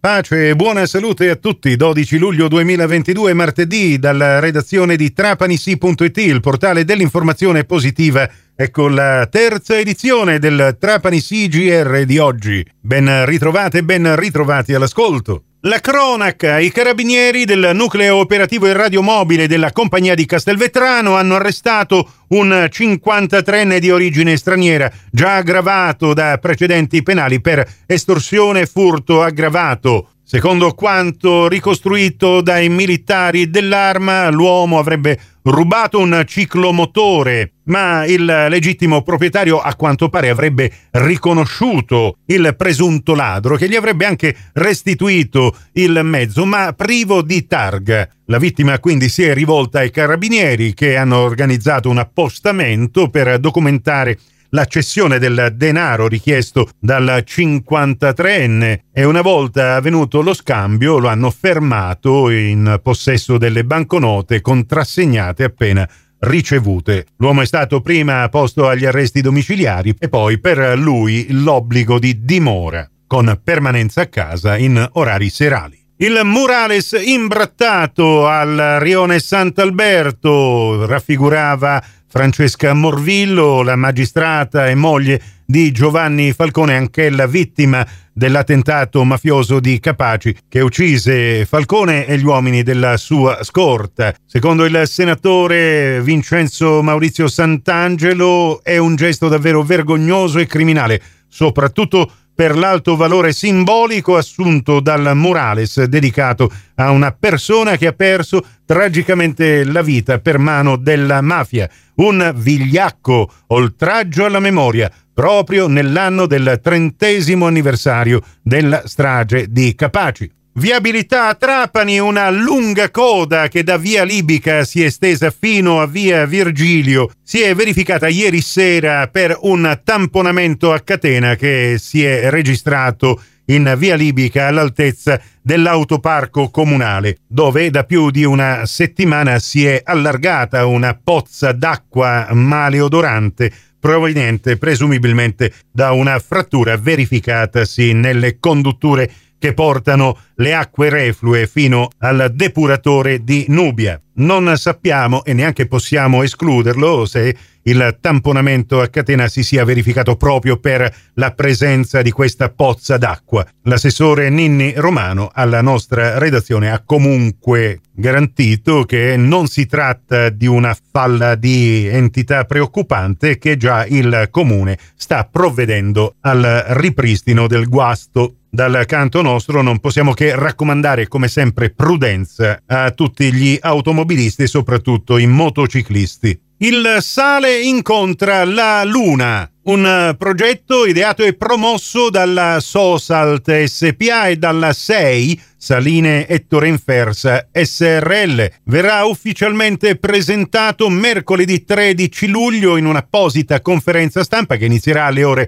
Pace e buona salute a tutti. 12 luglio 2022, martedì, dalla redazione di trapanisi.it, il portale dell'informazione positiva. Ecco la terza edizione del Trapanisi GR di oggi. Ben ritrovate e ben ritrovati all'ascolto. La cronaca: i carabinieri del nucleo operativo e radiomobile della compagnia di Castelvetrano hanno arrestato un 53enne di origine straniera, già aggravato da precedenti penali per estorsione e furto aggravato. Secondo quanto ricostruito dai militari dell'Arma, l'uomo avrebbe rubato un ciclomotore, ma il legittimo proprietario a quanto pare avrebbe riconosciuto il presunto ladro, che gli avrebbe anche restituito il mezzo, ma privo di targa. La vittima quindi si è rivolta ai carabinieri, che hanno organizzato un appostamento per documentare la cessione del denaro richiesto dal 53enne, e una volta avvenuto lo scambio lo hanno fermato in possesso delle banconote contrassegnate appena ricevute. L'uomo è stato prima posto agli arresti domiciliari e poi per lui l'obbligo di dimora con permanenza a casa in orari serali. Il murales imbrattato al rione Sant'Alberto raffigurava Francesca Morvillo, la magistrata e moglie di Giovanni Falcone, anch'ella vittima dell'attentato mafioso di Capaci che uccise Falcone e gli uomini della sua scorta. Secondo il senatore Vincenzo Maurizio Santangelo è un gesto davvero vergognoso e criminale, soprattutto per l'alto valore simbolico assunto dal murales dedicato a una persona che ha perso tragicamente la vita per mano della mafia. Un vigliacco oltraggio alla memoria, proprio nell'anno del 30° anniversario della strage di Capaci. Viabilità a Trapani: una lunga coda che da via Libica si è estesa fino a via Virgilio si è verificata ieri sera per un tamponamento a catena che si è registrato in via Libica all'altezza dell'autoparco comunale, dove da più di una settimana si è allargata una pozza d'acqua maleodorante proveniente presumibilmente da una frattura verificatasi nelle condutture che portano le acque reflue fino al depuratore di Nubia. Non sappiamo e neanche possiamo escluderlo se il tamponamento a catena si sia verificato proprio per la presenza di questa pozza d'acqua. L'assessore Ninni Romano alla nostra redazione ha comunque garantito che non si tratta di una falla di entità preoccupante e che già il comune sta provvedendo al ripristino del guasto. Dal canto nostro non possiamo che raccomandare come sempre prudenza a tutti gli automobilisti e soprattutto i motociclisti. Il sale incontra la luna, un progetto ideato e promosso dalla Sosalt SPA e dalla SEI, Saline Ettore Infersa SRL. Verrà ufficialmente presentato mercoledì 13 luglio in un'apposita conferenza stampa che inizierà alle ore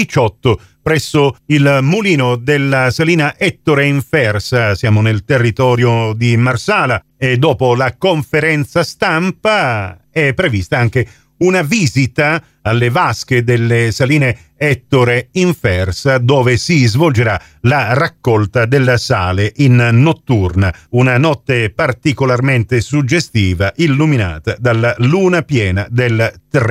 18 presso il mulino della Salina Ettore Infersa. Siamo nel territorio di Marsala e dopo la conferenza stampa è prevista anche una visita alle vasche delle Saline Ettore Infersa, dove si svolgerà la raccolta del sale in notturna, una notte particolarmente suggestiva illuminata dalla luna piena del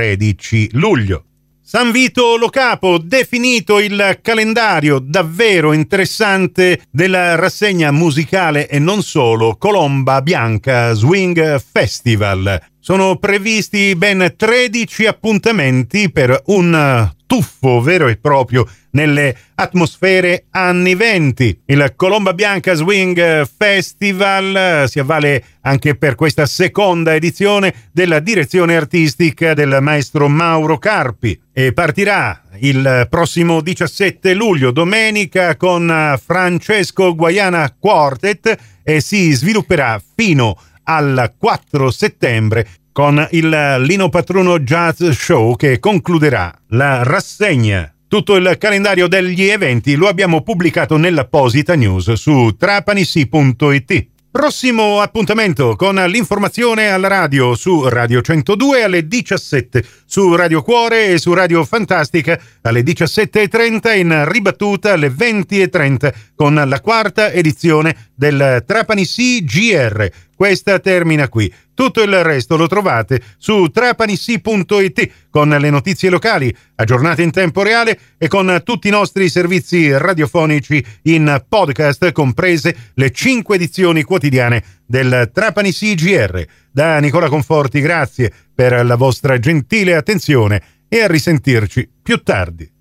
13 luglio. San Vito Lo Capo: definito il calendario davvero interessante della rassegna musicale e non solo Colomba Bianca Swing Festival. Sono previsti ben 13 appuntamenti per un tuffo vero e proprio nelle atmosfere anni 20. Il Colomba Bianca Swing Festival si avvale anche per questa seconda edizione della direzione artistica del maestro Mauro Carpi e partirà il prossimo 17 luglio, domenica, con Francesco Guaiana Quartet e si svilupperà fino al 4 settembre con il Lino Patruno Jazz Show, che concluderà la rassegna. Tutto il calendario degli eventi lo abbiamo pubblicato nell'apposita news su trapanisi.it. Prossimo appuntamento con l'informazione alla radio su Radio 102 alle 17, su Radio Cuore e su Radio Fantastica alle 17.30, in ribattuta alle 20.30 con la quarta edizione del Trapani CGR. Questa termina qui. Tutto il resto lo trovate su trapanissi.it con le notizie locali aggiornate in tempo reale e con tutti i nostri servizi radiofonici in podcast, comprese le 5 edizioni quotidiane del Trapani CGR. Da Nicola Conforti, grazie per la vostra gentile attenzione e a risentirci più tardi.